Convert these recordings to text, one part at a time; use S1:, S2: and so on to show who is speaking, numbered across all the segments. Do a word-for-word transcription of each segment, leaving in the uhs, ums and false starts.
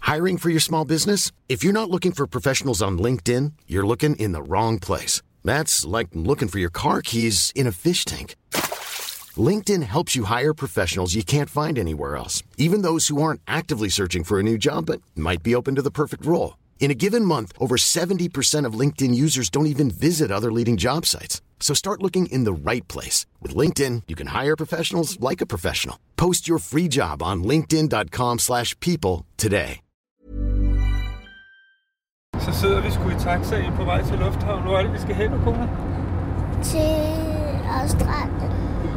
S1: Hiring for your small business? If you're not looking for professionals on LinkedIn, you're looking in the wrong place. That's like looking for your car keys in a fish tank. LinkedIn helps you hire professionals you can't find anywhere else, even those who aren't actively searching for a new job but might be open to the perfect role. In a given month, over seventy percent of LinkedIn users don't even visit other leading job sites. So start looking in the right place. With LinkedIn, you can hire professionals like a professional. Post your free job on linkedin dot com slash people today.
S2: Så sidder vi sgu i taxaen på vej til lufthavnen. Hvor er det, vi skal hen, Kona?
S3: Til Australien.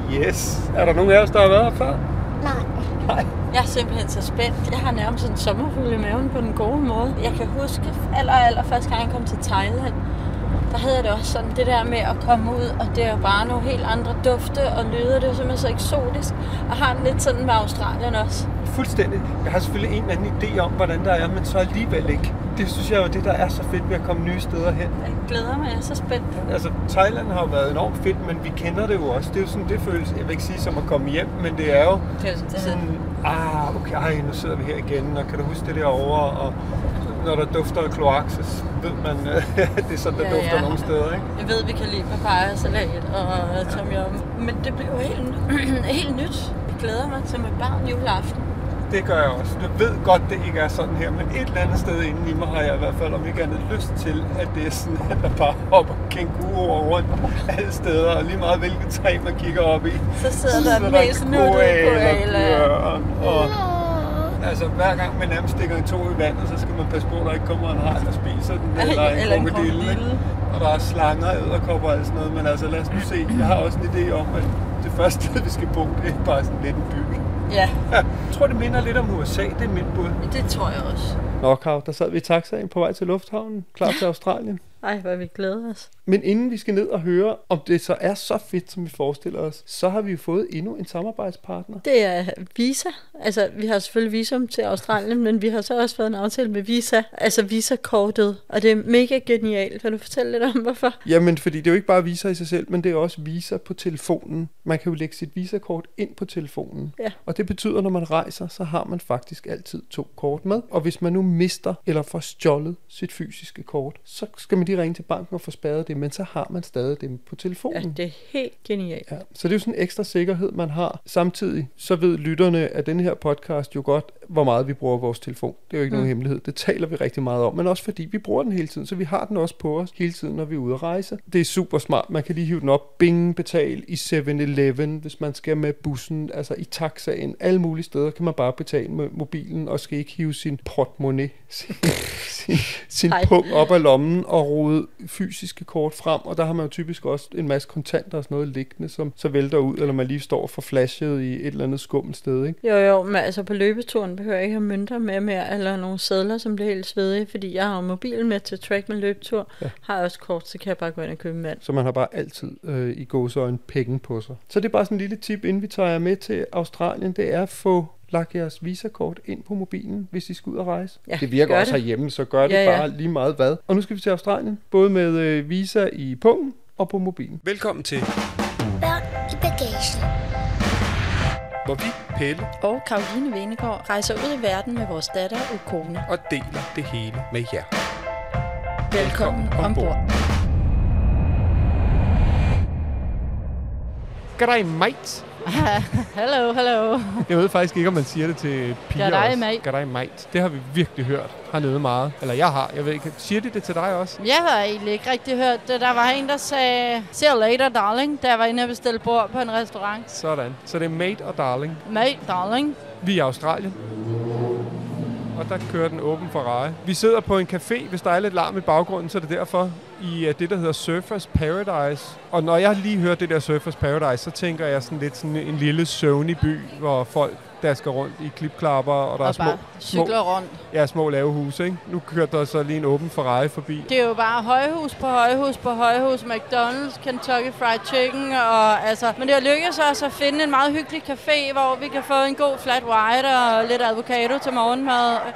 S2: Yes. Er der nogen af os, der har været her før?
S3: Nej.
S2: Nej.
S4: Jeg er simpelthen så spændt. Jeg har nærmest en sommerfugl i maven på den gode måde. Jeg kan huske aller, aller første gang, jeg kom til Thailand, der havde jeg det også sådan, det der med at komme ud, og det er jo bare nogle helt andre dufte og lyde. Det er jo simpelthen så eksotisk. Og har den lidt sådan med Australien også.
S2: Fuldstændig. Jeg har selvfølgelig en eller anden idé om, hvordan der er, men så alligevel ikke. Det synes jeg jo, det der er så fedt ved at komme nye steder hen.
S4: Jeg glæder mig, jeg er så spændt.
S2: Altså, Thailand har jo været enormt fedt, men vi kender det jo også. Det er jo sådan, det føles, jeg vil ikke sige som at komme hjem, men det er jo
S4: det er, det er
S2: sådan, ah, okay, ej, nu sidder vi her igen, og kan du huske det derovre, og når der dufter af kloak, så ved man, det er sådan, der ja, dufter ja. nogle steder, ikke?
S4: Jeg ved, vi kan lide papaya-salat og tom yum, men det bliver jo helt, helt nyt. Jeg glæder mig til med barn juleaften.
S2: Det gør jeg også. Jeg ved godt, det ikke er sådan her, men et eller andet sted inden i mig har jeg i hvert fald om ikke andet lyst til, at det er sådan, at der bare hopper kænguruer rundt alle steder, og lige meget hvilket træ man kigger op i.
S4: Så sidder der mest nuttede koala.
S2: Og altså, hver gang man nærmest stikker en tog i vandet, så skal man passe på, at der ikke kommer en haj, der spiser den, eller, eller en krokodille. Og der er slanger, edderkopper og alt sådan noget, men altså lad os nu se. Jeg har også en idé om, at det første sted, vi skal bo, det er bare sådan lidt en by.
S4: Ja.
S2: Jeg tror, det minder lidt om U S A, det er mit bud.
S4: Det tror jeg også.
S2: Nå, Kav, der sad vi i taxaen på vej til lufthavnen, klar til Australien.
S4: Ej, hvor vi glæder os.
S2: Men inden vi skal ned og høre, om det så er så fedt, som vi forestiller os, så har vi jo fået endnu en samarbejdspartner.
S4: Det er Visa. Altså, vi har selvfølgelig visum til Australien, men vi har så også fået en aftale med Visa. Altså Visa-kortet. Og det er mega genialt. Kan du fortælle lidt om, hvorfor?
S2: Jamen, fordi det er jo ikke bare Visa i sig selv, men det er også Visa på telefonen. Man kan jo lægge sit Visa-kort ind på telefonen.
S4: Ja.
S2: Og det betyder, når man rejser, så har man faktisk altid to kort med. Og hvis man nu mister eller får stjålet sit fysiske kort, så skal man lige ringe til banken og få spærret det, men så har man stadig dem på telefonen.
S4: Ja, det er helt genialt.
S2: Ja, så det er jo sådan en ekstra sikkerhed, man har. Samtidig så ved lytterne af den her podcast jo godt, hvor meget vi bruger vores telefon. Det er jo ikke mm. nogen hemmelighed. Det taler vi rigtig meget om, men også fordi vi bruger den hele tiden, så vi har den også på os hele tiden, når vi er ude at rejse. Det er super smart. Man kan lige hive den op, bing, betal i syv eleven, hvis man skal med bussen, altså i taxaen, alle mulige steder kan man bare betale med mobilen og skal ikke hive sin portemonnaie, sin, sin, sin pung op af lommen og rode fysiske kort frem, og der har man jo typisk også en masse kontanter og sådan noget liggende, som så vælter ud, eller man lige står for flashet i et eller andet skummelt sted, ikke?
S4: Jo, jo, men altså på løbeturen behøver jeg ikke have mønter med mere, eller nogle sedler, som bliver helt svedige, fordi jeg har mobilen med til track med løbetur, ja. Har også kort, så kan jeg bare gå ind og købe vand.
S2: Så man har bare altid øh, i gåseøjne penge på sig. Så det er bare sådan en lille tip, inden vi tager jer med til Australien, det er at få lagt jeres Visa-kort ind på mobilen, hvis I skal ud og rejse. Ja, det virker også det herhjemme, så gør det ja, ja. bare lige meget hvad. Og nu skal vi til Australien, både med øh, Visa i pungen og på mobilen. Velkommen til
S3: Børn i bagagen.
S2: Hvor vi, Pelle
S4: og Caroline Venegård rejser ud i verden med vores datter og kone.
S2: Og deler det hele med jer.
S4: Velkommen, Velkommen ombord.
S2: Goddag, mate.
S4: Hello, hello.
S2: Jeg ved faktisk ikke, om man siger det til piger
S4: Goddag,
S2: også.
S4: mate.
S2: Goddag, mate. Det har vi virkelig hørt hernede meget. Eller jeg har. Jeg ved ikke. Siger de det til dig også?
S4: Jeg har egentlig ikke rigtig hørt det. Der var en, der sagde, see you later, darling, da jeg var inde og bestille bord på en restaurant.
S2: Sådan. Så det er mate og darling.
S4: Mate, darling.
S2: Vi er i Australien. Og der kører den åben for reje. Vi sidder på en café, hvis der er lidt larm i baggrunden, så er det derfor, i uh, det, der hedder Surfers Paradise. Og når jeg lige hører det der Surfers Paradise, så tænker jeg sådan lidt sådan en lille søvnig by, hvor folk dasker rundt i klipklapper, og der
S4: og
S2: er små,
S4: små, cykler rundt.
S2: Ja, små lave huse, ikke? Nu kører der så lige en åben ferrari forbi.
S4: Det er jo bare højhus på højhus på højhus, McDonald's, Kentucky Fried Chicken, og altså... Men det har lykkedes os at finde en meget hyggelig café, hvor vi kan få en god flat white og lidt avocado til morgenmad.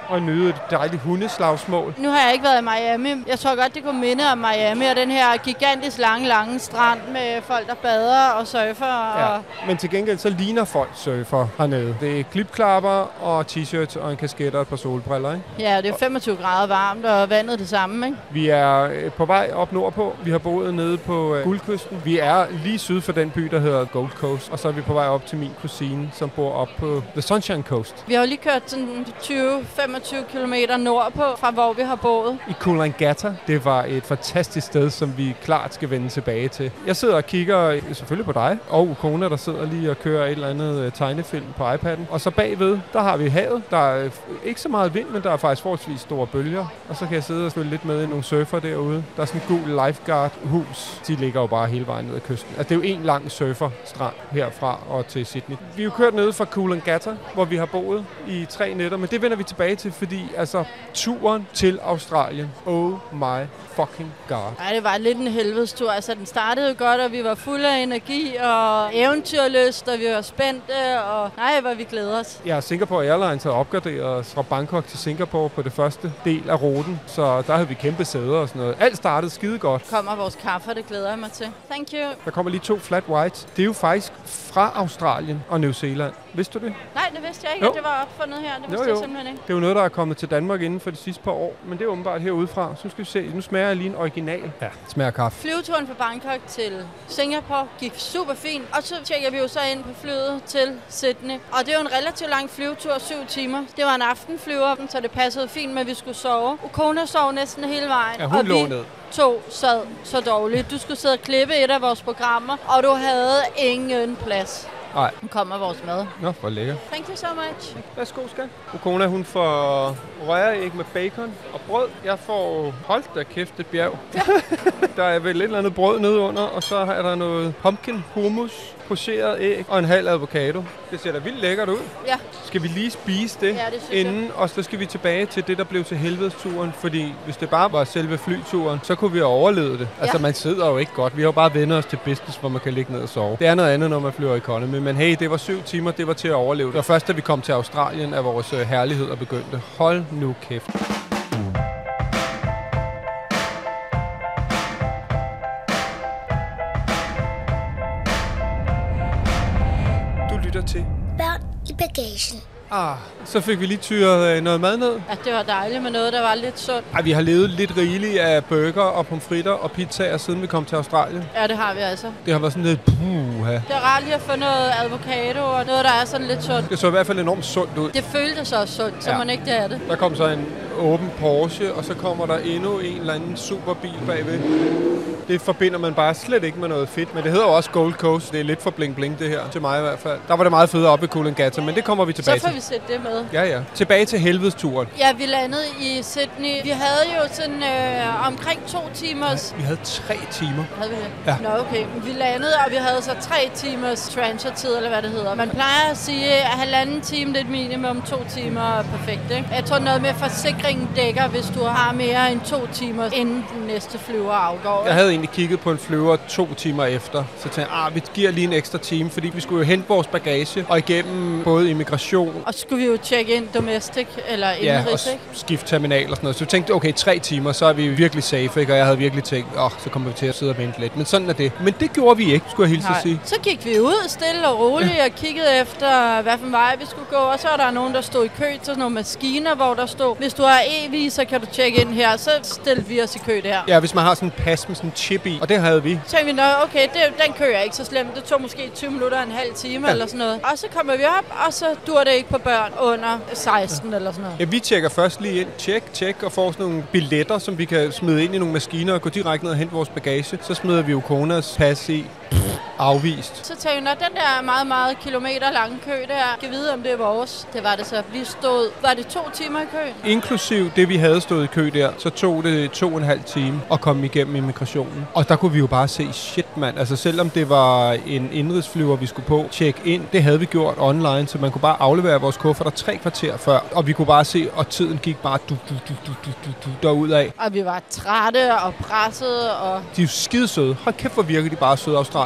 S2: og nyde et dejligt hundeslagsmål.
S4: Nu har jeg ikke været i Miami. Jeg tror godt, det kunne minde om Miami og den her gigantisk lange, lange strand med folk, der bader og surfer. Og...
S2: Ja, men til gengæld så ligner folk surfer hernede. Det er klipklapper og t-shirts og en kasket og et par solbriller, ikke?
S4: Ja, det er femogtyve grader varmt, og vandet det samme, ikke?
S2: Vi er på vej op nordpå. Vi har boet nede på uh, Guldkysten. Vi er lige syd for den by, der hedder Gold Coast. Og så er vi på vej op til min kusine, som bor op på The Sunshine Coast.
S4: Vi har jo lige kørt sådan tyve til femogtyve kilometer nordpå fra, hvor vi har boet.
S2: I Coolangatta. Det var et fantastisk sted, som vi klart skal vende tilbage til. Jeg sidder og kigger selvfølgelig på dig og Ukona, der sidder lige og kører et eller andet uh, tegnefilm på iPad'en. Og så bagved, der har vi havet. Der er ikke så meget vind, men der er faktisk forholdsvis store bølger. Og så kan jeg sidde og følge lidt med i nogle surfer derude. Der er sådan en gul lifeguard-hus. De ligger jo bare hele vejen ned ad kysten. Altså, det er jo en lang surferstrand herfra og til Sydney. Vi er jo kørt ned fra Coolangatta, hvor vi har boet i tre nætter, men det vender vi tilbage til, fordi altså, turen til Australien, oh my fucking god.
S4: Ej, det var lidt en helvedestur. Altså, den startede godt, og vi var fulde af energi og eventyrlyst, og vi var spændte, og nej, hvor vi glæder os.
S2: Ja, Singapore Airlines har opgraderet os fra Bangkok til Singapore på det første del af ruten, så der havde vi kæmpe sæder og sådan noget. Alt startede skide godt.
S4: Kommer vores kaffe, det glæder jeg mig til. Thank you.
S2: Der kommer lige to flat whites. Det er jo faktisk fra Australien og New Zealand. Vidste du det?
S4: Nej, det vidste jeg ikke,
S2: jo.
S4: at det var opfundet her. Det vidste
S2: jo, jo.
S4: jeg simpelthen ikke.
S2: Det er jo noget, der er kommet til Danmark inden for de sidste par år, men det er åbenbart herudefra. Så skal vi se. Nu smager jeg lige en original. Ja, smager kaffe.
S4: Flyveturen fra Bangkok til Singapore gik super fint, og så tjekker vi jo så ind på flyet til Sydney. Og det er jo en relativt lang flyvetur, syv timer. Det var en aftenflyver, så det passede fint med, at vi skulle sove. Ukona sov næsten hele vejen.
S2: Ja, hun
S4: og
S2: lå
S4: vi
S2: ned.
S4: to sad så dårligt. Du skulle sidde og klippe et af vores programmer, og du havde ingen plads.
S2: Nej.
S4: Nu kommer vores mad.
S2: Nå, hvor lækker.
S4: Thank you so much.
S2: Værsgo, skat. Ukona, hun får røræg med bacon og brød. Jeg får, hold da kæft, et bjerg. Ja. Der er vel et eller andet brød nede under, og så er der noget pumpkin hummus, pocheret æg og en halv avocado. Det ser da vildt lækkert ud.
S4: Ja.
S2: Skal vi lige spise det,
S4: ja, det
S2: inden, jeg. Og så skal vi tilbage til det, der blev til helvedesturen, fordi hvis det bare var selve flyturen, så kunne vi have overlevet det. Ja. Altså, man sidder jo ikke godt. Vi har jo bare vendt os til business, hvor man kan ligge ned og sove. Det er noget andet, når man flyver economy, men hey, det var syv timer, det var til at overleve det. Og først, da vi kom til Australien, er vores herlighed og begyndte. Hold nu kæft. Til.
S3: Børn i bagagen.
S2: Ah, så fik vi lige tyret noget mad ned.
S4: Ja, det var dejligt med noget, der var lidt sundt.
S2: Ej, vi har levet lidt rigeligt af burger og pomfritter og pizzaer, siden vi kom til Australien.
S4: Ja, det har vi altså.
S2: Det har været sådan lidt puha.
S4: Det er rart lige at få noget avocado og noget, der er sådan lidt sundt.
S2: Det så i hvert fald enormt sundt ud.
S4: Det føltes også sundt, så ja. Man ikke det er det.
S2: Der kom så en åben Porsche, og så kommer der endnu en eller anden superbil bagved. Det forbinder man bare slet ikke med noget fedt, men det hedder jo også Gold Coast. Det er lidt for bling-bling det her, til mig i hvert fald. Der var det meget federe oppe i Coolangatta, men det kommer vi tilbage til.
S4: Så får vi sætte det med.
S2: Ja, ja. Tilbage til helvedesturen.
S4: Ja, vi landede i Sydney. Vi havde jo sådan øh, omkring to timers...
S2: Vi havde tre timer.
S4: Havde vi det?
S2: Ja.
S4: Nå, okay. Vi landede, og vi havde så tre timers transfertid, eller hvad det hedder. Man plejer at sige, at halvanden time, det er et minimum, to timer er perfekt, ikke? Jeg tror noget med forsikringen dækker, hvis du har mere end to timer, inden den næste flyver afgår.
S2: Jeg havde egentlig kigget på en flyver to timer efter, så tænkte jeg, ah, vi giver lige en ekstra time, fordi vi skulle jo hente vores bagage, og igennem både immigration...
S4: Og så skulle vi jo tjekke ind domestic, eller
S2: ja,
S4: indenrigs,
S2: og
S4: ikke?
S2: skiftterminal og sådan noget. Så vi tænkte, okay, tre timer, så er vi virkelig safe, ikke? Og jeg havde virkelig tænkt, åh, oh, så kommer vi til at sidde og vente lidt. Men sådan er det. Men det gjorde vi ikke, skulle jeg hilse at sige.
S4: Så gik vi ud stille og roligt og kiggede efter, hvad for en vej vi skulle gå. Og så var der nogen, der stod i kø til sådan nogle maskiner, hvor der stod, hvis du har e-visa, kan du tjekke ind her. Så stillede vi os i kø der.
S2: Ja, hvis man har sådan en pas med sådan en chip i, og det havde vi.
S4: Så tænkte vi, okay, det, den kø er ikke så slemt. Det tog måske tyve minutter og en halv time ja. Eller sådan noget. Og så kommer vi op, og så dur det ikke på børn under seksten ja. Eller sådan noget.
S2: Ja, vi tjekker først lige ind, tjek, tjek, og får sådan nogle billetter, som vi kan smide ind i nogle maskiner og gå direkte ned og hente vores bagage. Så smider vi Ukonas pas i. Afvist.
S4: Så tænkte jeg, når den der meget, meget kilometer lange kø der, kan vide, om det er vores. Det var det så. Vi stod, var det to timer i kø?
S2: Inklusiv det, vi havde stået i kø der, så tog det to og en halv time at komme igennem immigrationen. Og der kunne vi jo bare se, shit mand, altså selvom det var en indrigsflyver, vi skulle på, tjek ind, det havde vi gjort online, så man kunne bare aflevere vores kufferter tre kvarter før, og vi kunne bare se, og tiden gik bare du, du, du, du, du, du, du, derudad.
S4: Og vi var trætte og pressede, og...
S2: De er jo skidesøde. Hold kæft, hvor virker de bare søde australierne.
S4: Det var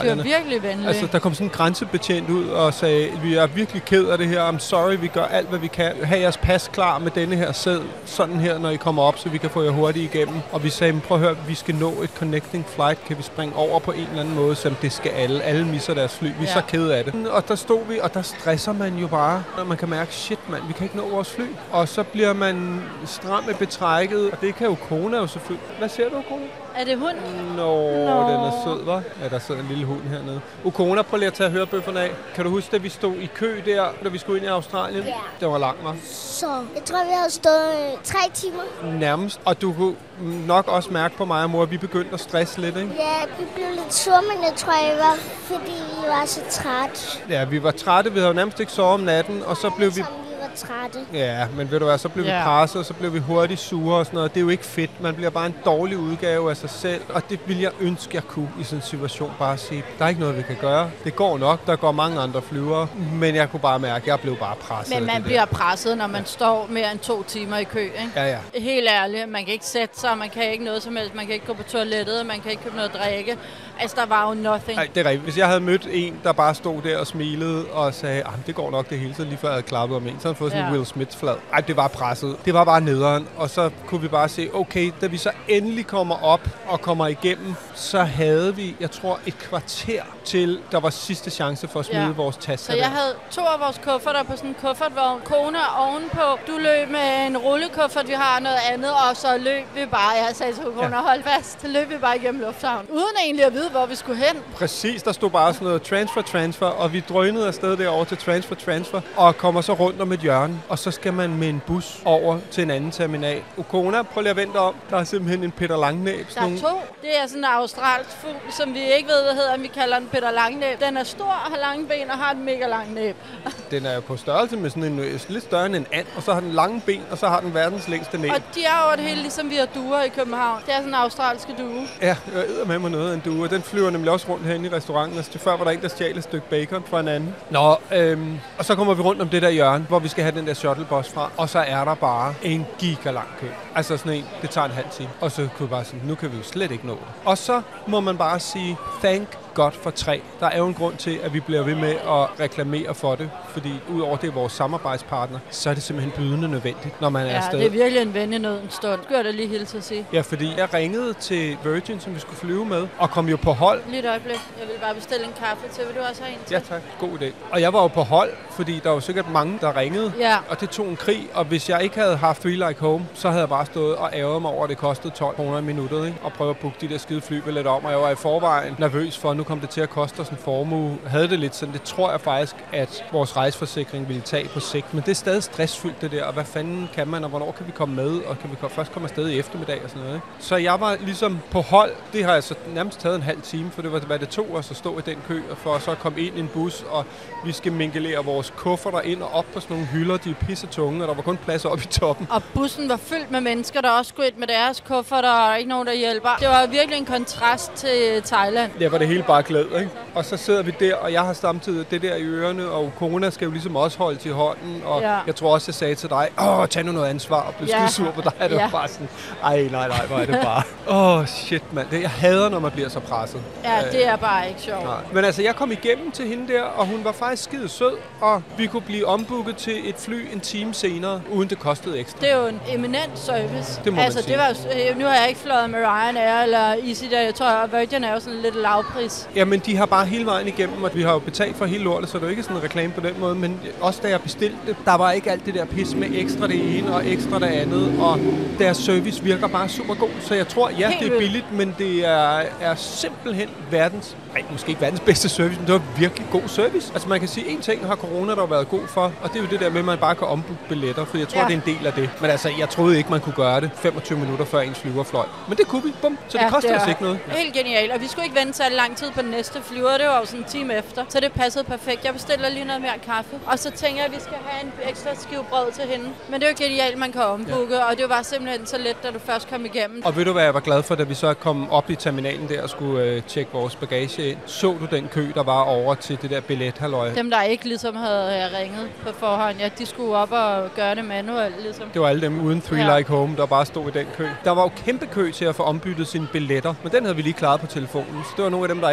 S4: virkelig venlig.
S2: Altså, der kom sådan en grænsebetjent ud og sagde, vi er virkelig ked af det her. I'm sorry, vi gør alt, hvad vi kan. Ha' jeres pas klar med denne her sæd, sådan her, når I kommer op, så vi kan få jer hurtigt igennem. Og vi sagde, prøv at høre, vi skal nå et connecting flight. Kan vi springe over på en eller anden måde, som det skal alle. Alle misser deres fly. Vi er ja. så kede af det. Og der stod vi, og der stresser man jo bare, når man kan mærke, shit mand, vi kan ikke nå vores fly. Og så bliver man stram med betrækket, og det kan jo kone jo selvfølgelig. Hvad ser du, kone?
S4: Er det hunden?
S2: Nå, Nå, den er sød, hva'? Ja, der sidder en lille hund hernede. Ukona, prøv lige at tage hørebøfferne af. Kan du huske, at vi stod i kø der, da vi skulle ind i Australien?
S3: Ja.
S2: Det var langt, hva'?
S3: Så jeg tror, vi har stået øh, tre timer.
S2: Nærmest. Og du kunne nok også mærke på mig og mor, at vi begyndte at stresse lidt, ikke?
S3: Ja, vi blev lidt sure, men jeg tror, jeg var, fordi vi var så trætte.
S2: Ja, vi var trætte. Vi havde jo nærmest ikke sovet om natten, og så blev vi...
S3: trætte.
S2: Ja, men ved du hvad, så blev yeah. vi presset, og så blev vi hurtigt sure og sådan noget. Det er jo ikke fedt. Man bliver bare en dårlig udgave af sig selv, og det vil jeg ønske, jeg kunne i sådan en situation bare sige, der er ikke noget, vi kan gøre. Det går nok, der går mange andre flyvere, men jeg kunne bare mærke, at jeg blev bare presset.
S4: Men man bliver presset, når man ja. står mere end to timer i kø, ikke?
S2: Ja, ja.
S4: Helt ærligt, man kan ikke sætte sig, man kan ikke noget som helst, man kan ikke gå på toilettet, man kan ikke købe noget at drikke. Altså, der var jo nothing.
S2: Nej, det er rigtigt. Hvis jeg havde mødt en, der bare stod der og smilede og sagde, ah, det går nok det hele, så lige før jeg havde klappet om en, så havde fået sådan en ja. Will Smith-flad. Ej, det var presset. Det var bare nederen. Og så kunne vi bare se, okay, da vi så endelig kommer op og kommer igennem, så havde vi, jeg tror, et kvarter til, der var sidste chance for at smide ja. vores tasker.
S4: Så jeg havde to af vores kufferter på sådan en kuffertvogn. Kone ovenpå. Du løb med en rullekuffert, vi har noget andet, og så løb vi bare. Jeg sagde til Kone, ja. hold fast. Så løb vi bare igennem lufthavnen. Uden egentlig at vide, hvor vi skulle hen.
S2: Præcis, der stod bare sådan noget transfer, transfer, og vi drønede afsted derover til transfer, transfer, og kommer så rundt om et hjørne, og så skal man med en bus over til en anden terminal. Ukona, prøv lige at vente om. Der er simpelthen en Peter Langnæb.
S4: Der er nogle... to. Det er sådan en australsk fugl, som vi ikke ved, hvad hedder. Vi kalder den Peter Langnæb. Den er stor, har lange ben og har et mega lang næb. Den
S2: er jo på størrelse med sådan en lidt større end en and, og så har den lange ben, og så har den verdens længste næb.
S4: Og de er over det hele, ligesom vi har duer i København. Det er sådan en australske due.
S2: Ja, jeg æder med mig noget af en due. Den flyver nemlig også rundt herinde i restauranten. Altså, før var der en, der stjal et stykke bacon fra en anden. Nå, øhm, og så kommer vi rundt om det der hjørne, hvor vi skal have den der shuttlebus fra. Og så er der bare en gigalang kø. Altså sådan en, det tager en halv time. Og så kunne vi bare sige, nu kan vi jo slet ikke nå det. Og så må man bare sige, thank God for tre. Der er jo en grund til, at vi bliver ved med at reklamere for det, fordi udover det er vores samarbejdspartner, så er det simpelthen bydende nødvendigt, når man er
S4: ja,
S2: afsted.
S4: Ja, det er virkelig en ven i nøden stund. Skal jeg da lige hilse at sige.
S2: Ja, fordi jeg ringede til Virgin, som vi skulle flyve med, og kom jo på hold.
S4: Lige et øjeblik. Jeg vil bare bestille en kaffe til. Vil du også have en til?
S2: Ja, tak. God idé. Og jeg var jo på hold, fordi der var sikkert mange, der ringede,
S4: ja.
S2: og det tog en krig. Og hvis jeg ikke havde haft Three Like Home, så havde jeg bare stået og ærget mig over, at det kostede tolv kroner i minuttet, ikke? Og prøve at booke de der skide flybilletter om, og jeg var i forvejen nervøs for, at nu kom det til at koste en formue. Havde det lidt sådan, det tror jeg faktisk, at vores rejseforsikring ville tage på sigt. Men det er stadig stressfyldt det der, og hvad fanden kan man, og hvornår kan vi komme med, og kan vi først komme afsted i eftermiddag og sådan noget. Ikke? Så jeg var ligesom på hold. Det har jeg så nærmest taget en halv time, for det var, hvad det tog os at stå i den kø, og for at så komme ind i en bus, og vi skal mingelere vores kufferter ind og op på sådan nogle hylder, de er pisse tunge, og der var kun plads op i toppen.
S4: Og bussen var fyldt med mennesker, der også skulle ind med deres kufferter, og ikke nogen, der hjælper. Det var virkelig en kontrast til Thailand.
S2: Ja, var det hele bare glæd, ikke? Og så sidder vi der, og jeg har samtidig det der i ørerne, og Kona skal jo ligesom også holde til hånden, og ja. jeg tror også, jeg sagde til dig, åh, tag nu noget ansvar, og blev ja. skide sur på dig. Det ja. var bare sådan, ej, nej, nej, hvor er det bare. Åh, oh, shit, mand. Det, jeg hader, når man bliver så presset.
S4: Ja, det er bare ikke sjovt.
S2: Nej. Men altså, jeg kom igennem til hende der, og hun var faktisk skide sød, og vi kunne blive ombooket til et fly en time senere, uden det kostede ekstra.
S4: Det er jo en eminent service.
S2: Det må
S4: altså,
S2: man sige.
S4: Det var, nu har jeg ikke fløjet med Ryanair eller EasyJet, jeg tror, at Virgin er jo sådan lidt lavpris.
S2: Jamen, de har bare hele vejen igennem, og vi har jo betalt for hele lortet, så det er jo ikke sådan en reklame på den måde, men også da jeg bestilte det, der var ikke alt det der pis med ekstra det ene og ekstra det andet, og deres service virker bare super god, så jeg tror, ja, helt det er billigt, men det er, er simpelthen verdens, nej, måske ikke verdens bedste service, men det var virkelig god service. Altså man kan sige, en ting har corona, der har været god for, og det er jo det der med, at man bare kan ombooke billetter, for jeg tror, ja. det er en del af det. Men altså, jeg troede ikke, man kunne gøre det femogtyve minutter før ens flyver fløj. Men det kunne vi, bum, så det ja, kostede os ikke noget.
S4: Helt genialt, og vi skulle ikke vente så lang tid på den næste flyver, det var jo sådan en time efter, så det passede perfekt. Jeg bestiller lige noget mere kaffe, og så tænker jeg, at vi skal have en ekstra skive brød til hende. Men det er jo genialt, man kan ombooke, ja. og det var simpelthen så let, da du først kom igennem.
S2: Og ved du hvad, jeg var glad for, da vi så kom op i terminalen der og skulle øh, tjekke vores bagage ind. Så du den kø, der var over til det der billethalløj?
S4: Dem, der ikke ligesom havde ringet på forhånd, ja, de skulle op og gøre det manuelt, ligesom.
S2: Det var alle dem uden Three ja. Like Home, der bare stod i den kø. Der var jo kæmpe kø til at få ombyttet sine billetter, men den havde vi lige klaret på telefonen. Så det var nogle af dem, der ikke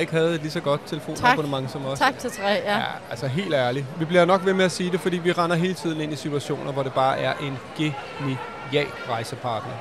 S2: ikke havde et lige så godt telefonabonnement som os.
S4: Tak til Tre, ja.
S2: Ja, altså helt ærligt. Vi bliver nok ved med at sige det, fordi vi render hele tiden ind i situationer, hvor det bare er en genial rejsepartner.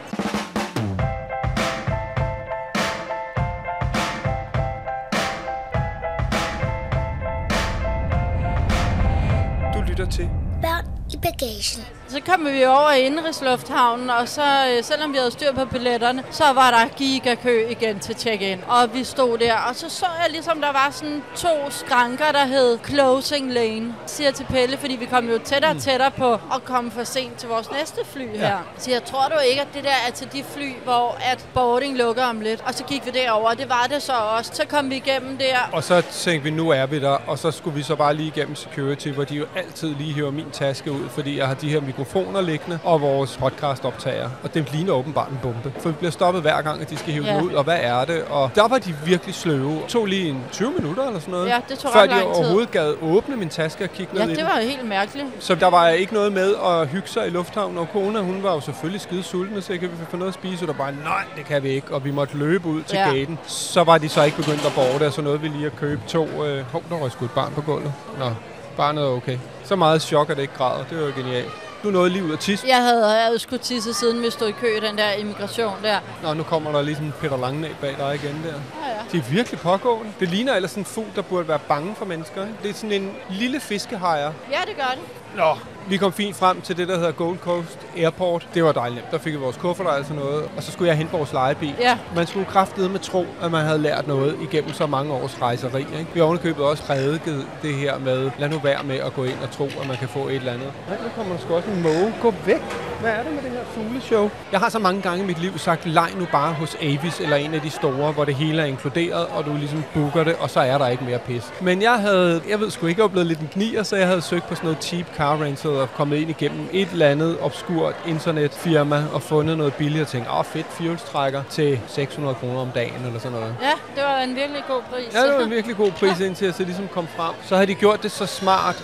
S2: Du lytter til
S3: Børn i bagagen.
S4: Så kom vi over i Indenrigslufthavnen, og så, selvom vi havde styr på billetterne, så var der gigakø igen til check-in. Og vi stod der, og så så jeg ligesom, der var sådan to skranker, der hed Closing Lane. Siger til Pelle, fordi vi kom jo tættere og tættere på at komme for sent til vores næste fly her. Ja. Så jeg tror du ikke, at det der er til de fly, hvor at boarding lukker om lidt. Og så gik vi derover, og det var det så også. Så kom vi igennem der.
S2: Og så tænkte vi, nu er vi der, og så skulle vi så bare lige igennem security, hvor de jo altid lige hiver min taske ud, fordi jeg har de her mikrofoner liggende, og vores podcast optager. Og det ligner åbenbart en bombe. For vi bliver stoppet hver gang, at de skal hive ja. den ud, og hvad er det? Og der var de virkelig sløve. Det tog lige en tyve minutter eller sådan noget.
S4: Ja, det tog
S2: før
S4: ret lang
S2: de
S4: tid.
S2: overhovedet gad åbne min taske og kigge
S4: ja,
S2: ned i den.
S4: Ja, det var helt mærkeligt.
S2: Så der var ikke noget med at hygge sig i lufthavnen, og kona, hun var jo selvfølgelig skide sultne, så kan vi få noget at spise, og der bare, nej, det kan vi ikke, og vi måtte løbe ud til ja. gaten. Så var de så ikke begyndt at borte, og så nåede vi lige at købe to. Øh, hov, der røg sgu et barn på gulvet. Nå, barnet er okay. Så meget chok, at det ikke græder. Det var jo genialt. Du nåede lige ud af tisse.
S4: Jeg havde, jeg havde skulle tisse, siden vi stod i kø i den der immigration der.
S2: Nå, nu kommer der lige sådan en Peter Langenæ bag dig igen der.
S4: Ja, ja.
S2: Det er virkelig pågående. Det ligner ellers sådan en fugl, der burde være bange for mennesker. Ikke? Det er sådan en lille fiskehajer.
S4: Ja, det gør det.
S2: Nå, vi kom fint frem til det, der hedder Gold Coast Airport. Det var dejligt. Der fik vi vores kufferter og sådan noget. Og så skulle jeg hente vores lejebil.
S4: Ja.
S2: Man skulle kraftedeme tro, at man havde lært noget igennem så mange års rejseri. Ikke? Vi har ovenikøbet også prædiket det her med, lad nu være med at gå ind og tro, at man kan få et eller andet. Nej, nu kommer der sgu også en måge. Gå væk. Hvad er det med det her fugleshow? Jeg har så mange gange i mit liv sagt, leg nu bare hos Avis eller en af de store, hvor det hele er inkluderet, og du ligesom booker det, og så er der ikke mere pis. Men jeg havde, jeg ved sgu ikke, jeg var blevet lidt en gnier, så jeg havde søgt på sådan noget cheap car rental og kommet ind igennem et eller andet obskurt internetfirma og fundet noget billigt og tænkt, åh fedt, fjolstrækker til seks hundrede kroner om dagen eller sådan noget.
S4: Ja, det var en virkelig god pris.
S2: Ja, det var en virkelig god pris, indtil jeg så ligesom kom frem. Så havde de gjort det så smart.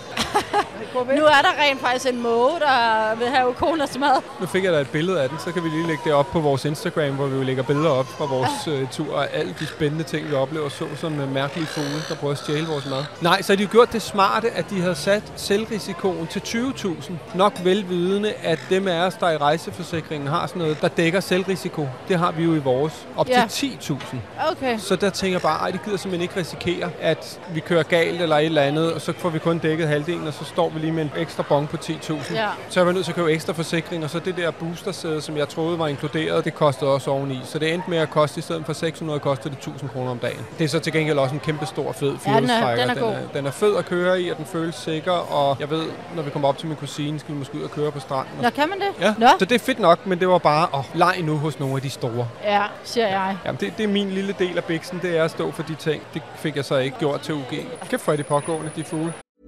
S4: Nu er der rent faktisk en måge, der vil have koner til mad.
S2: Nu fik jeg da et billede af den, så kan vi lige lægge det op på vores Instagram, hvor vi jo lægger billeder op fra vores uh, tur og alle de spændende ting, vi oplever, så som med mærkelige fugle, der prøver at stjæle vores mad. Nej, så har de jo gjort det smarte, at de havde sat selvrisikoen til tyve tusind. Nok velvidende, at dem af os, der i rejseforsikringen har sådan noget, der dækker selvrisiko. Det har vi jo i vores. Op ja. til ti tusind.
S4: Okay.
S2: Så der tænker jeg bare, ej, det gider simpelthen ikke risikere, at vi kører galt eller et eller andet, og så får vi kun dækket halvdelen, og så står vi lige med en ekstra bon på ti tusind. Ja. Så jeg var nødt til at købe ekstra forsikring, og så det der boostersæde, som jeg troede var inkluderet, det kostede også oveni. Så det endte med at koste, i stedet for seks hundrede, kostede det tusind kroner om dagen. Det er så til gengæld også en kæmpe stor fed fjolstrækker.
S4: Ja, den er, den er,
S2: den, er, den er fed at køre i, og den føles sikker, og jeg ved, når vi kommer op til min kusine, skal vi måske ud og køre på stranden.
S4: Nå, kan man det?
S2: Ja,
S4: Nå.
S2: Så det er fedt nok, men det var bare, åh, leg nu hos nogle af de store.
S4: Ja, siger jeg.
S2: Jamen, det, det er min lille del af biksen, det er at stå for de ting. Det fik jeg så ikke gjort til U G. Kæft for de pågående, de fugle.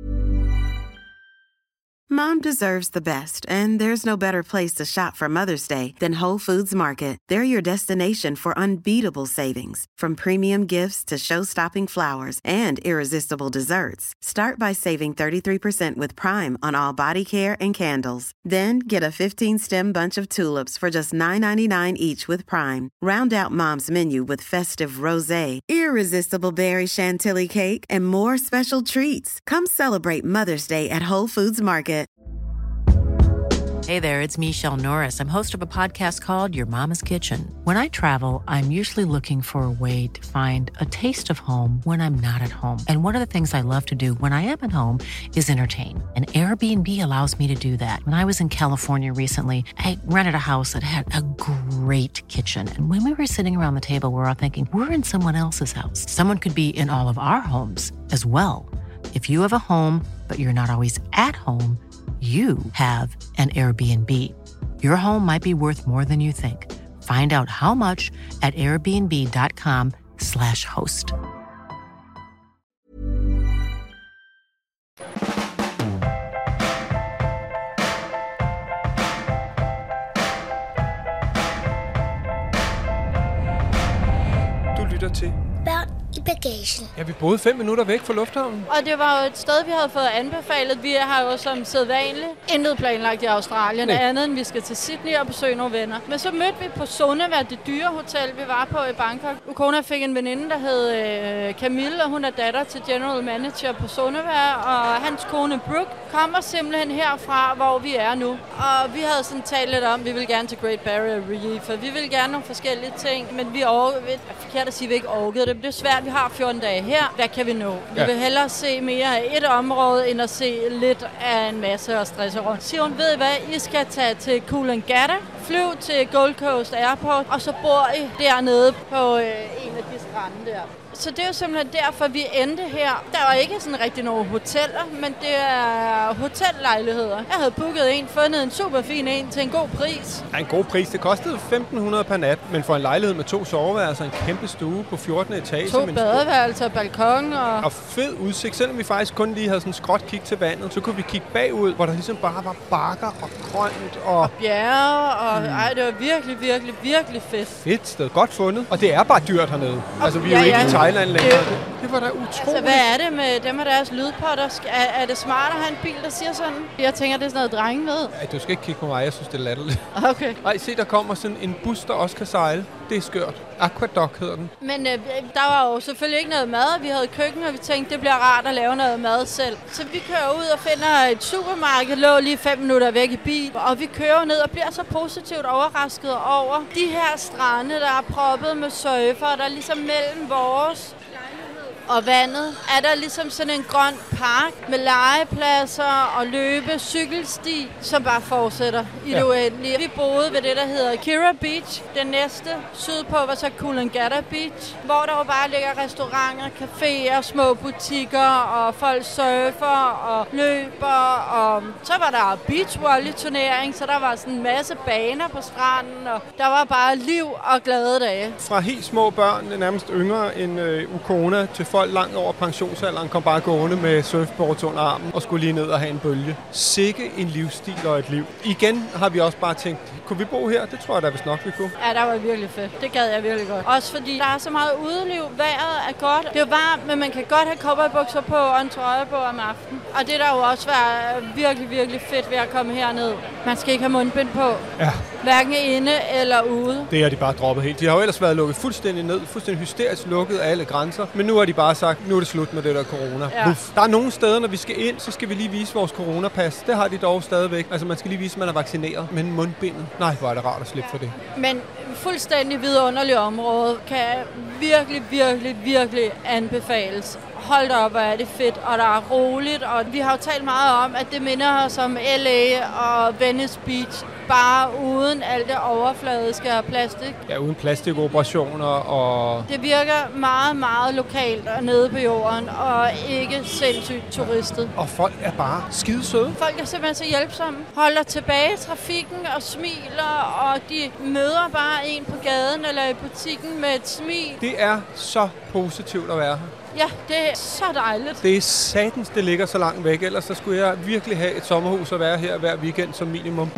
S5: Mom deserves the best, and there's no better place to shop for Mother's Day than Whole Foods Market. They're your destination for unbeatable savings, from premium gifts to show-stopping flowers and irresistible desserts. Start by saving thirty-three percent with Prime on all body care and candles. Then get a fifteen-stem bunch of tulips for just nine ninety-nine each with Prime. Round out Mom's menu with festive rosé, irresistible berry chantilly cake, and more special treats. Come celebrate Mother's Day at Whole Foods Market.
S6: Hey there, it's Michelle Norris. I'm host of a podcast called Your Mama's Kitchen. When I travel, I'm usually looking for a way to find a taste of home when I'm not at home. And one of the things I love to do when I am at home is entertain. And Airbnb allows me to do that. When I was in California recently, I rented a house that had a great kitchen. And when we were sitting around the table, we were all thinking, we're in someone else's house. Someone could be in all of our homes as well. If you have a home, but you're not always at home, you have an Airbnb. Your home might be worth more than you think. Find out how much at airbnb.com slash host.
S2: Du lytter til
S3: Børn i bagagen.
S2: Ja, vi boede fem minutter væk fra lufthavnen.
S4: Og det var jo et sted, vi havde fået anbefalet. Vi har jo som sædvanligt intet planlagt i Australien,
S2: Nej.
S4: andet end vi skal til Sydney og besøge nogle venner. Men så mødte vi på Soneva, det dyre hotel, vi var på i Bangkok. Ukona fik en veninde, der hed øh, Camille, og hun er datter til general manager på Soneva, og hans kone Brooke kommer simpelthen herfra, hvor vi er nu. Og vi havde sådan talt lidt om, vi vil gerne til Great Barrier Reef, og vi vil gerne nogle forskellige ting, men vi orkede, forkert at sige, vi ikke orkede det. Det er svært, vi har fjorten dage her. Hvad kan vi nå? Vi
S2: Ja.
S4: vil hellere se mere af et område, end at se lidt af en masse og stresse rundt. Siger hun, ved I hvad, I skal tage til Coolangatta, flyv til Gold Coast Airport, og så bor I dernede på øh, en af de strande der. Så det er jo simpelthen derfor, vi endte her. Der var ikke sådan rigtig nogle hoteller, men det er hotellejligheder. Jeg havde booket en, fundet en super fin en til en god pris.
S2: Ja, en god pris. Det kostede femten hundrede per nat, men for en lejlighed med to soveværelser, en kæmpe stue på fjorten etage.
S4: To
S2: med en stor-
S4: badeværelser, balkon og...
S2: Og fed udsigt. Selvom vi faktisk kun lige havde sådan en skråt kig til vandet, så kunne vi kigge bagud, hvor der ligesom bare var bakker og grønt og...
S4: bjerge, og mm. ej, det var virkelig, virkelig, virkelig fedt.
S2: Fedt sted. Godt fundet. Og det er bare dyrt hernede. Altså, vi er
S4: ja,
S2: jo ikke
S4: ja.
S2: i Thailand længere.
S4: Det-
S2: Det, det var da utroligt.
S4: Altså, hvad er det med dem og deres lydpotter? Er, er det smart at have en bil, der siger sådan? Jeg tænker, det er sådan noget drenge med.
S2: Ej, du skal ikke kigge på mig. Jeg synes, det er latterligt.
S4: Okay.
S2: Ej, se, der kommer sådan en bus, der også kan sejle. Det er skørt. Aquadoc hedder den.
S4: Men øh, der var jo selvfølgelig ikke noget mad. Vi havde køkken, og vi tænkte, det bliver rart at lave noget mad selv. Så vi kører ud og finder et supermarked, lå lige fem minutter væk i bil. Og vi kører ned og bliver så positivt overrasket over de her strande, der er proppet med surfer, der ligesom mellem vores og vandet er der ligesom sådan en grøn park med legepladser og løbe, cykelsti, som bare fortsætter i det
S2: Ja.
S4: uendelige. Vi boede ved det, der hedder Kira Beach. Den næste sydpå var så Coolangatta Beach, hvor der jo bare ligger restauranter, caféer, små butikker, og folk surfer og løber. Og så var der beachvolley-turnering, så der var sådan en masse baner på stranden, og der var bare liv og glade dage.
S2: Fra helt små børn, nærmest yngre end øh, Ukona, til folk langt over pensionsalderen, kom bare gående med surfboards under armen og skulle lige ned og have en bølge. Sikke en livsstil og et liv. Igen har vi også bare tænkt, kunne vi bo her? Det tror jeg da vist nok, vi kunne.
S4: Ja, der var virkelig fedt. Det gad jeg virkelig godt. Også fordi der er så meget udeliv. Vejret er godt. Det er varmt, men man kan godt have cowboybukser på og en trøje på om aftenen. Og det der jo også være virkelig, virkelig fedt ved at komme herned. Man skal ikke have mundbind på.
S2: Ja.
S4: Hverken inde eller ude.
S2: Det har de bare droppet helt. De har jo ellers været lukket fuldstændig ned, fuldstændig hysterisk lukket af alle grænser. Men nu har de bare sagt, nu er det slut med det der corona.
S4: Ja.
S2: Uff. Der er nogle steder, når vi skal ind, så skal vi lige vise vores coronapas. Det har de dog stadigvæk. Altså man skal lige vise, at man er vaccineret. Men mundbindet, nej, hvor er det rart at slippe for det.
S4: Men fuldstændig vidunderligt område kan virkelig, virkelig, virkelig anbefales. Hold da op, hvor er det fedt, og der er roligt, og vi har jo talt meget om, at det minder os om L A og Venice Beach, bare uden alt det overfladiske og plastik.
S2: Ja, uden plastikoperationer og...
S4: Det virker meget, meget lokalt og nede på jorden, og ikke sindssygt turistet.
S2: Og folk er bare skidesøde.
S4: Folk er simpelthen så hjælpsomme, holder tilbage i trafikken og smiler, og de møder bare en på gaden eller i butikken med et smil.
S2: Det er så positivt at være her.
S4: Ja, det er så dejligt.
S2: Det er satans, det ligger så langt væk. Ellers så skulle jeg virkelig have et sommerhus og være her hver weekend som minimum.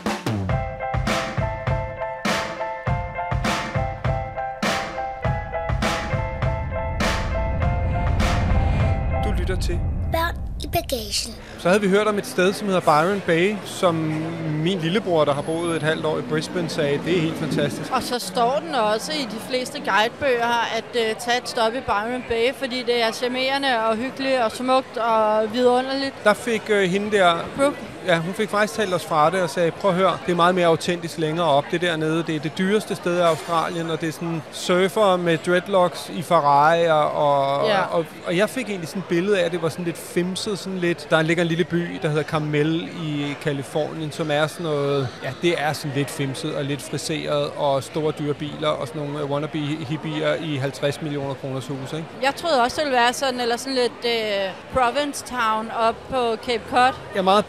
S2: Du lytter til
S3: Børn i bagagen.
S2: Så havde vi hørt om et sted, som hedder Byron Bay, som min lillebror, der har boet et halvt år i Brisbane, sagde, det er helt fantastisk.
S4: Og så står den også i de fleste guidebøger at uh, tage et stop i Byron Bay, fordi det er charmerende og hyggeligt og smukt og vidunderligt.
S2: Der fik øh, hende der...
S4: Brooke.
S2: Ja, hun fik faktisk talt os fra det og sagde, prøv at høre, det er meget mere autentisk længere op. Det dernede, det er det dyreste sted i Australien, og det er sådan surfer med dreadlocks i Ferrari, og,
S4: Ja.
S2: og, og jeg fik egentlig sådan et billede af, at det var sådan lidt femset, sådan lidt. Der ligger en lille by, der hedder Carmel i Kalifornien, som er sådan noget, ja, det er sådan lidt femset og lidt friseret, og store dyre biler, og sådan nogle wannabe hippier i halvtreds millioner kroners hus, ikke?
S4: Jeg troede også, det ville være sådan, eller sådan lidt uh, province town op på Cape Cod.
S2: Jeg er meget på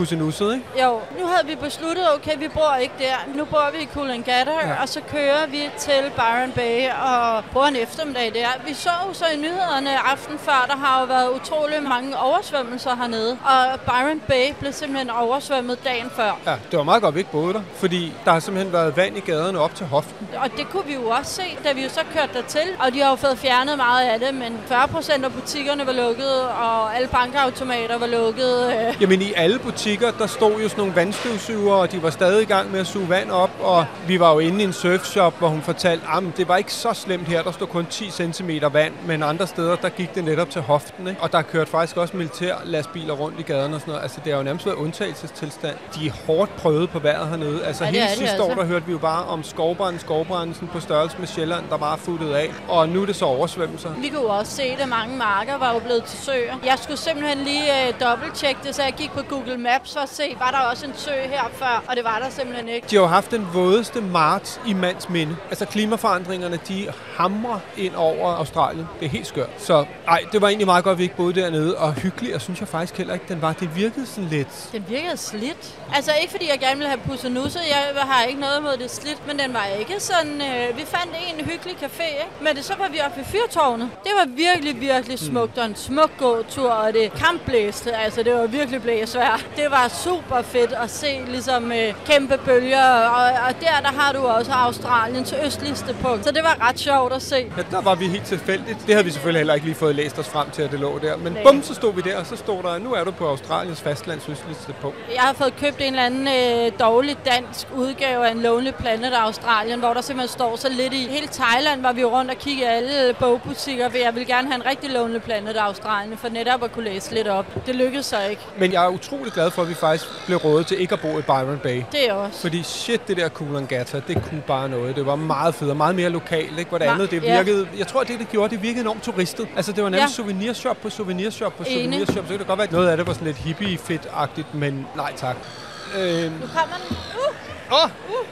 S2: pussenusset, ikke?
S4: Jo, nu havde vi besluttet, okay, vi bor ikke der. Nu bor vi i Coolangatta, ja. Og så kører vi til Byron Bay og bruger en eftermiddag der. Vi så jo så i nyhederne aften før, der har jo været utrolig mange oversvømmelser hernede. Og Byron Bay blev simpelthen oversvømmet dagen før.
S2: Ja, det var meget godt, vi ikke boede der, fordi der har simpelthen været vand i gaderne op til hoften.
S4: Og det kunne vi jo også se, da vi jo så kørte dertil. Og de har jo fået fjernet meget af det, men fyrre procent af butikkerne var lukket, og alle bankautomater var lukket.
S2: Jamen i alle butikker, der stod jo sådan nogle vandstøvsuger, og de var stadig i gang med at suge vand op, og vi var jo inde i en surfshop, hvor hun fortalte, at det var ikke så slemt her, der stod kun ti centimeter vand, men andre steder, der gik det netop til hoften, ikke? Og der kørte faktisk også militærlastbiler rundt i gaderne og sådan noget. Altså det har jo nærmest været undtagelsestilstand. De er hårdt prøvet på vejret hernede. Altså ja, hele sidste år, altså. Der hørte vi jo bare om skovbrand, skovbrand sådan på størrelse med Sjælland, der bare futtet af, og nu er det så oversvømmelser.
S4: Vi kunne også se det, mange marker var jo blevet til søer. Jeg skulle simpelthen lige øh, dobbelttjekke det, så jeg gik på Google Maps for at se, var der også en sø her før, og det var der simpelthen ikke.
S2: De har jo haft den vådeste marts i mands minde. Altså klimaforandringerne, de hamrer ind over Australien. Det er helt skørt. Så ej, det var egentlig meget godt, at vi ikke boede dernede, og hyggeligt, og synes jeg faktisk heller ikke, den var. Det virkede sådan lidt.
S4: Den virkede slidt. Altså ikke fordi jeg gerne ville have pussenusset, jeg har ikke noget imod det slidt, men den var ikke sådan, øh, vi fandt en hyggelig café, ikke? Men det, så var vi oppe ved fyrtårnet. Det var virkelig, virkelig smukt, og en smuk gåtur, og det kampblæste, altså det var virkelig blæsvær. Det var super fedt at se ligesom øh, kæmpe bølger, og, og der, der har du også Australiens østligste punkt. Så det var ret sjovt at se.
S2: Ja, der var vi helt tilfældigt. Det havde vi selvfølgelig heller ikke lige fået læst os frem til, at det lå der. Men Nej. bum, så stod vi der, og så stod der, nu er du på Australiens fastlands østligste punkt.
S4: Jeg har fået købt en eller anden øh, dårlig dansk udgave af en Lonely Planet af Australien, hvor der simpelthen står så lidt i. Hele Thailand var vi jo rundt og kiggede alle bogbutikker, for jeg ville gerne have en rigtig Lonely Planet af Australien, for netop at kunne læse lidt op. Det lykkedes så ikke.
S2: Men jeg er utrolig glad for, at vi faktisk blev rådet til ikke at bo i Byron Bay.
S4: Det er også.
S2: Fordi shit, det der Coolangatta, det kunne bare noget. Det var meget fedt og meget mere lokalt, ikke? Hvor det Ma- andet, det virkede... Ja. Jeg tror, at det, det gjorde, det virkede enormt turistet. Altså, det var nærmest ja. souvenirshop på souvenirshop på souvenirshop. Så det kan godt være, at noget af det var sådan lidt hippie-fedt-agtigt, men nej tak.
S4: Øhm. Nu kommer den. Uh!
S2: Åh!
S4: Oh! Uh!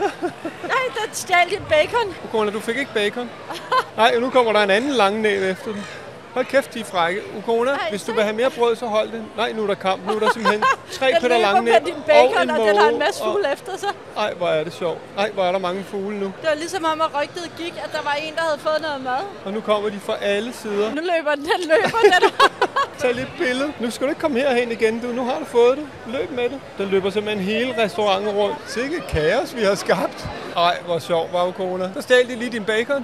S4: Nej, den stjal dit bacon.
S2: Ukona, du fik ikke bacon. Nej, nu kommer der en anden lang næb efter den. Hold kæft, de er frække. Ukona, Ej, hvis du vil have mere brød, så hold det. Nej, nu er der kamp. Nu er der simpelthen tre køtter lange næb
S4: og din bacon, og, og den har en masse fugle og... efter sig.
S2: Ej, hvor er det sjovt. Ej, hvor er der mange fugle nu.
S4: Det var ligesom om, at rygtet gik, at der var en, der havde fået noget mad.
S2: Og nu kommer de fra alle sider.
S4: Nu løber den, den løber den.
S2: Tag lidt billede. Nu skal du ikke komme herhen igen, du. Nu har du fået det. Løb med det. Den løber simpelthen hele restauranten rundt. Sikke kaos, vi har skabt. Ej, hvor sjovt var Ukona. Der stjal de lige din bacon.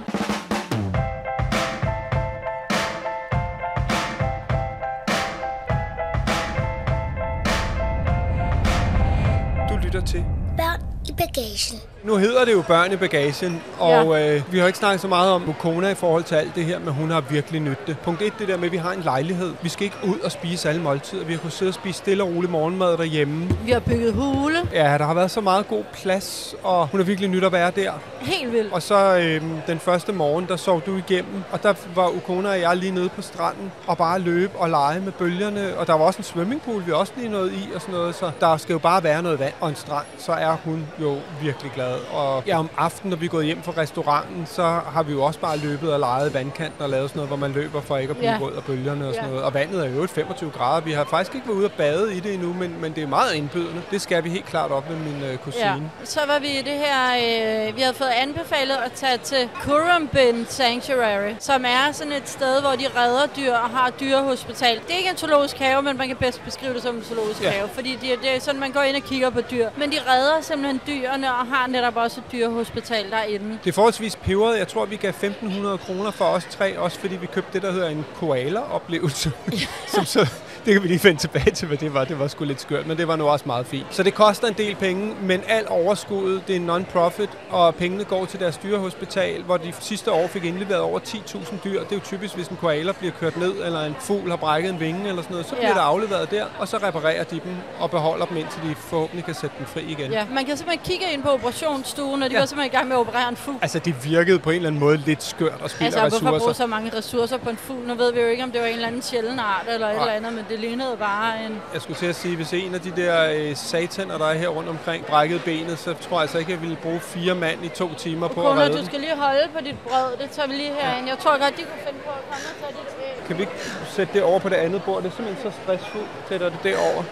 S2: Til
S3: Børn i bagagen.
S2: Nu hedder det jo Børn i bagagen, og ja. øh, vi har ikke snakket så meget om Ukona i forhold til alt det her, men hun har virkelig nyttet det. Punkt et, det der med, at vi har en lejlighed. Vi skal ikke ud og spise alle måltider. Vi har kunnet sidde og spise stille og rolig morgenmad derhjemme.
S4: Vi har bygget hule.
S2: Ja, der har været så meget god plads, og hun har virkelig nyt at være der.
S4: Helt vildt.
S2: Og så øh, den første morgen, der sov du igennem, og der var Ukona og jeg lige nede på stranden, og bare løbe og lege med bølgerne. Og der var også en swimmingpool, vi også lige nåede i, og sådan noget. Så der skal jo bare være noget vand og en strand, så er hun jo virkelig glad. Og ja, om aftenen, når vi er gået hjem fra restauranten, så har vi jo også bare løbet og leget vandkanten og lavet sådan noget, hvor man løber for ikke at blive ja. rød af bølgerne og sådan ja. noget. Og vandet er jo femogtyve grader. Vi har faktisk ikke været ude og bade i det endnu, men, men det er meget indbydende. Det skal vi helt klart op med min øh, kusine. Ja.
S4: Så var vi i det her, øh, vi havde fået anbefalet at tage til Currumbin Sanctuary, som er sådan et sted, hvor de redder dyr og har dyrehospital. Det er ikke en zoologisk have, men man kan bedst beskrive det som en zoologisk ja. have, fordi de, det er sådan, man går ind og kigger på dyr. Men de redder simpelthen dyrene og har netop også et dyrehospital derinde.
S2: Det er forholdsvis peberet. Jeg tror, vi gav femten hundrede kroner for os tre, også fordi vi købte det, der hedder en koala-oplevelse. som så, det kan vi lige finde tilbage til, hvad det var. Det var sgu lidt skørt, men det var nu også meget fint. Så det koster en del penge, men alt overskuddet, det er non-profit, og pengene går til deres dyrehospital, hvor de sidste år fik indleveret over ti tusind dyr. Det er jo typisk, hvis en koala bliver kørt ned, eller en fugl har brækket en vinge, eller sådan noget, så bliver ja. det afleveret der, og så reparerer de dem og beholder dem, indtil de forhåbentlig kan sætte dem fri igen.
S4: Ja, man kan simpelthen kigge ind på operationsstuen, og de ja. var simpelthen i gang med at operere en fugl.
S2: Altså, det virkede på en eller anden måde lidt skørt at spille
S4: altså,
S2: ressourcer. Altså,
S4: hvorfor bruge så mange ressourcer på en fugl? Nu ved vi jo ikke, om det var en eller anden sjælden art eller et ja. eller andet, men det lignede bare en...
S2: Jeg skulle til at sige, hvis en af de der øh, sataner, der er her rundt omkring, brækkede benet, så tror jeg altså ikke, jeg ville bruge fire mand i to timer på
S4: Kone,
S2: at redde
S4: du skal lige holde på dit brød. Det tager vi lige herind. Ja. Jeg tror godt, de kunne finde på at komme og tage dit æg.
S2: Kan vi ikke sætte det over på det andet bord? Det er simpelthen så stressfuldt. Sætter det derover.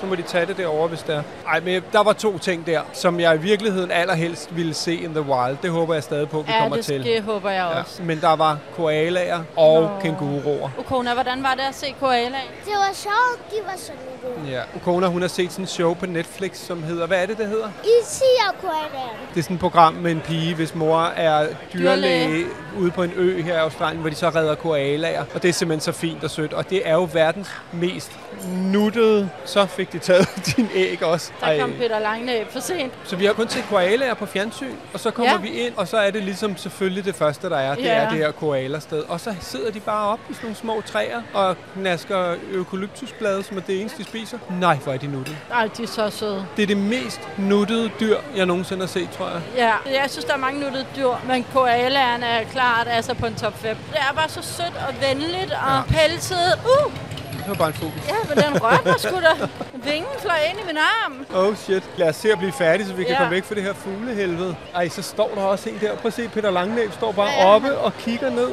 S2: så må de tage det derovre, hvis der er. Ej, men der var to ting der, som jeg i virkeligheden allerhelst ville se in the wild. Det håber jeg stadig på, vi
S4: ja,
S2: kommer
S4: det,
S2: til.
S4: Ja, det håber jeg også.
S2: Ja, men der var koalaer og Nå. kænguruer.
S4: Ukona, hvordan var det at se koalaer?
S3: Det var sjovt, de var sådan gode.
S2: Ja, Ukona, hun har set sådan en show på Netflix, som hedder, hvad er det, det hedder?
S3: I siger koalaer.
S2: Det er sådan et program med en pige, hvis mor er dyrlæge, dyrlæge ude på en ø her i Australien, hvor de så redder koalaer. Og det er simpelthen så fint og sødt. Og det er jo verdens mest nuttede. Så fik de taget din æg også.
S4: Der kom Peter Langnæb for sent.
S2: Så vi har kun set koalaer på fjernsyn, og så kommer ja. vi ind, og så er det ligesom selvfølgelig det første, der er. Det ja. er det her koala-sted. Og så sidder de bare op i sådan nogle små træer og knasker eukalyptusblade, som er det eneste, de spiser. Nej, hvor er de nuttede.
S4: Ej, de er så søde.
S2: Det er det mest nuttede dyr, jeg nogensinde har set, tror jeg.
S4: Ja, jeg synes, der er mange nuttede dyr, men koalaerne er klart altså på en top fem. Det er bare så sødt og venligt og ja. pelset. Uh!
S2: Det var bare en fugl.
S4: Ja, men den rørte mig sgu da. Vingen fløj ind i min arm.
S2: Oh shit. Lad os se at blive færdige, så vi kan
S4: ja.
S2: komme væk fra det her fuglehelvede. Ej, så står der også en der. Prøv at se, Peter Langnæb står bare ja, ja. oppe og kigger ned.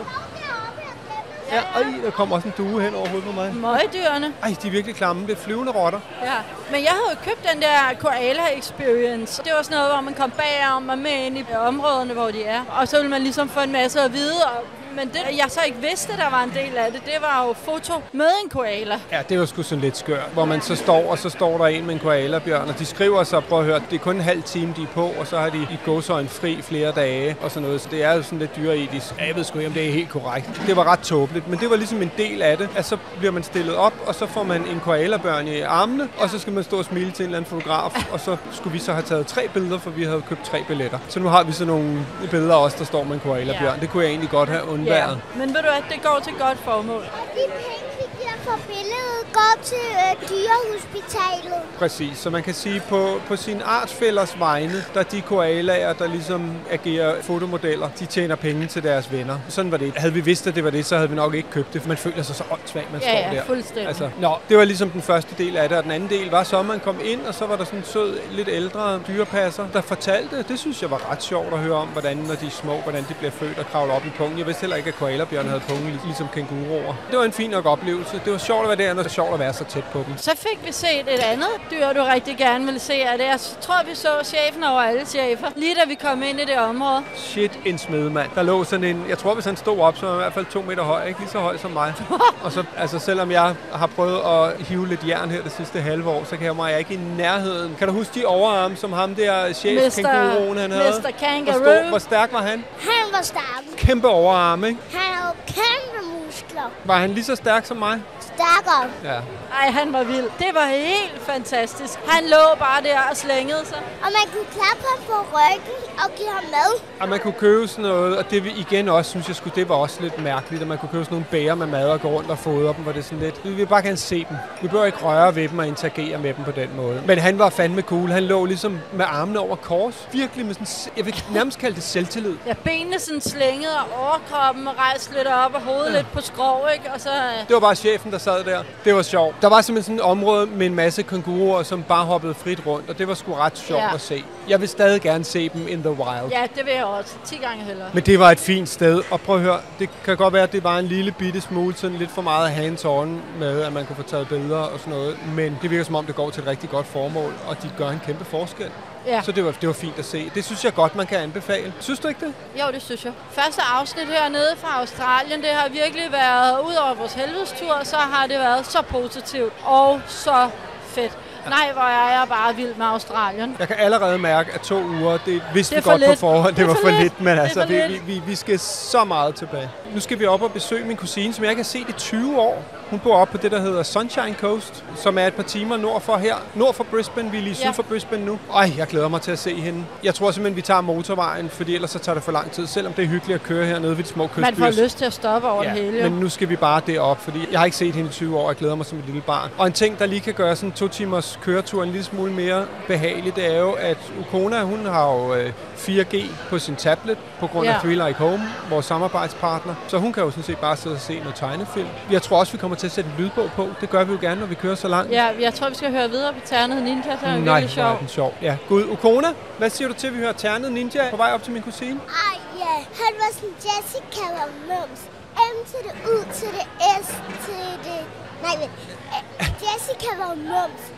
S2: Ja, ej, der kommer også en due hen over hovedet på mig.
S4: Møgdyrene.
S2: Ej, de er virkelig klamme. Det er flyvende rotter.
S4: Ja, men jeg havde jo købt den der koala experience. Det var sådan noget, hvor man kom bagom og med ind i områdene, hvor de er. Og så ville man ligesom få en masse at vide. Og men det, jeg så ikke vidste, der var en del af det, det var jo foto med en koala.
S2: Ja, det var sgu sådan lidt skørt, hvor man så står, og så står der en med en koalabjørn, og de skriver så, prøv at høre, det er kun en halv time, de er på, og så har de i gåseøjne fri flere dage, og sådan noget. Så det er jo sådan lidt dyreetisk. Jeg ved sgu ikke, om det er helt korrekt. Det var ret tåbeligt, men det var ligesom en del af det, at så bliver man stillet op, og så får man en koalabjørn i armene, og så skal man stå og smile til en eller anden fotograf, og så skulle vi så have taget tre billeder, for vi havde købt tre billetter. Så nu har vi så nogle billeder også, der står med en koalabjørn. Ja. Det kunne jeg egentlig godt have undværet. Ja.
S4: Men ved du at det går til godt formål.
S3: Og de penge, vi giver for billedet, går til øh, dyrehospitalet.
S2: Præcis, så man kan sige, på, på sin artsfællers vegne, der de koalaer, der ligesom agerer fotomodeller, de tjener penge til deres venner. Sådan var det. Havde vi vidst, at det var det, så havde vi nok ikke købt det, for man føler sig så åndssvagt, man
S4: ja,
S2: står
S4: ja,
S2: der.
S4: Fuldstændig. Altså,
S2: nå, det var ligesom den første del af det, og den anden del var så, at man kom ind, og så var der sådan en sød, lidt ældre dyrepasser, der fortalte, det synes jeg var ret sjovt at høre om, hvordan når de er små, hvordan de bliver født og kravler op i pungen. Jeg vidste heller ikke, at koalabjørn havde pungen, ligesom kænguruer. Det var en fin nok oplevelse. Det var sjovt at være der, og det var sjovt at være så tæt på dem.
S4: Så fik vi set et andet dyr, du rigtig gerne ville se af det. Jeg tror, vi så chefen over alle chefer, lige da vi kom ind i det område.
S2: Shit, en smedemand. Der lå sådan en, jeg tror, hvis han stod op, så var han i hvert fald to meter høj, ikke lige så høj som mig. Og så, altså selvom jeg har prøvet at hive lidt jern her det sidste halve år, så kan jeg mig ikke i nærheden. Kan du huske de overarme, som ham der chef kænguruen, han havde?
S4: mister Kangaroo.
S2: Hvor, stor, hvor stærk var han?
S3: Han var stærk.
S2: Kæmpe overarme, ikke?
S3: Han havde kæmpe muskler.
S2: Var han lige så stærk som mig?
S3: Stærkere.
S2: Ja.
S4: Ej, han var vild. Det var helt fantastisk. Han lå bare der og slængede sig.
S3: Og man kunne klappe ham på ryggen og give ham mad.
S2: Og man kunne købe sådan noget, og det vi igen også, synes jeg skulle, det var også lidt mærkeligt, at man kunne købe sådan nogle bæger med mad og gå rundt og fodre dem, hvor det er sådan lidt. Vi vil bare gerne se dem. Vi behøver ikke røre ved dem og interagere med dem på den måde. Men han var fandme cool. Han lå ligesom med armene over kors. Virkelig med sådan, jeg vil nærmest kalde det selvtillid.
S4: Ja, benene sådan slængede og overkroppen og rejste lidt op og hovedet ja. lidt på skrov, ikke? Og så...
S2: Det var bare chefen, der sad der. Det var sjovt. Der var simpelthen sådan et område med en masse kænguruer, som bare hoppede frit rundt, og det var sgu ret sjovt ja. at se. Jeg vil stadig gerne se dem in the wild.
S4: Ja, det vil jeg også. ti gange hellere.
S2: Men det var et fint sted, og prøv at høre, det kan godt være, at det var en lille bitte smule, sådan lidt for meget hands-on med, at man kunne få taget billeder og sådan noget, men det virker som om, det går til et rigtig godt formål, og de gør en kæmpe forskel. Ja. Så det var, det var fint at se. Det synes jeg godt, man kan anbefale. Synes du ikke det?
S4: Jo, det synes jeg. Første afsnit hernede fra Australien, det har virkelig været, ud over vores helvedestur, så har det været så positivt og så fedt. Ja. Nej, hvor er jeg bare vild med Australien. Jeg
S2: kan allerede mærke, at to uger, det vidste vi godt lidt. på forhånd, det, det var for lidt, lidt men altså, vi, vi, vi, vi skal så meget tilbage. Nu skal vi op og besøge min kusine, som jeg ikke har set i tyve år. Hun bor op på det, der hedder Sunshine Coast, som er et par timer nord for her. Nord for Brisbane, vi er lige syd ja. for Brisbane nu. Ej, jeg glæder mig til at se hende. Jeg tror simpelthen, vi tager motorvejen, fordi ellers så tager det for lang tid, selvom det er hyggeligt at køre hernede ved de små kystbyer.
S4: Man får lyst til at stoppe over ja, det hele.
S2: Men nu skal vi bare derop, fordi jeg har ikke set hende i tyve år, og jeg glæder mig som et lille barn. Og en ting, der lige kan gøre sådan en to timers køretur en lille smule mere behagelig, det er jo, at Ukona, hun har jo øh, fire G på sin tablet, på grund af ja. Three Like Home, vores samarbejdspartner. Så hun kan jo sådan set bare sidde og se noget tegnefilm. Jeg tror også, vi kommer til at sætte en lydbog på. Det gør vi jo gerne, når vi kører så langt.
S4: Ja, jeg tror, vi skal høre videre på Ternet Ninja. Det er
S2: Nej,
S4: virkelig sjov.
S2: Nej, sjov. Ja, gud. Ukona, hvad siger du til, at vi hører Ternet Ninja på vej op til min kusine?
S3: Ej, ja. Han var sådan Jessica og Mums. M til det, U til det, S til det... Nej, men... Jessica var Mums.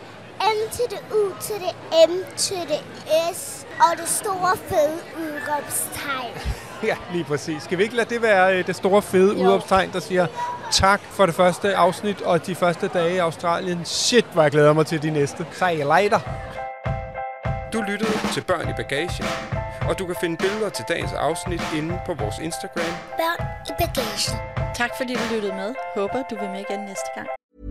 S3: N til det U til det M til det S og det store fede udråbstegn.
S2: Ja, lige præcis. Skal vi ikke lade det være øh, det store fede udråbstegn, der siger tak for det første afsnit og de første dage i Australien. Shit, hvor jeg glæder mig til de næste. See you later.
S7: Du lyttede til Børn i bagagen, og du kan finde billeder til dagens afsnit inde på vores Instagram.
S3: Børn i bagagen.
S4: Tak fordi du lyttede med. Håber du vil med igen næste gang.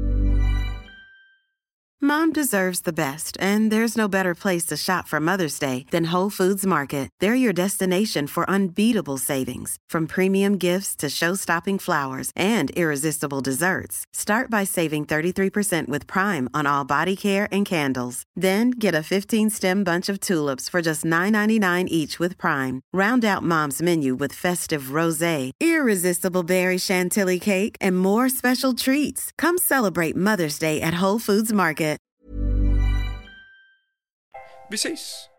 S5: Mom deserves the best, and there's no better place to shop for Mother's Day than Whole Foods Market. They're your destination for unbeatable savings, from premium gifts to show-stopping flowers and irresistible desserts. Start by saving thirty-three percent with Prime on all body care and candles. Then get a fifteen-stem bunch of tulips for just nine ninety-nine each with Prime. Round out Mom's menu with festive rosé, irresistible berry chantilly cake, and more special treats. Come celebrate Mother's Day at Whole Foods Market.
S7: Vi ses!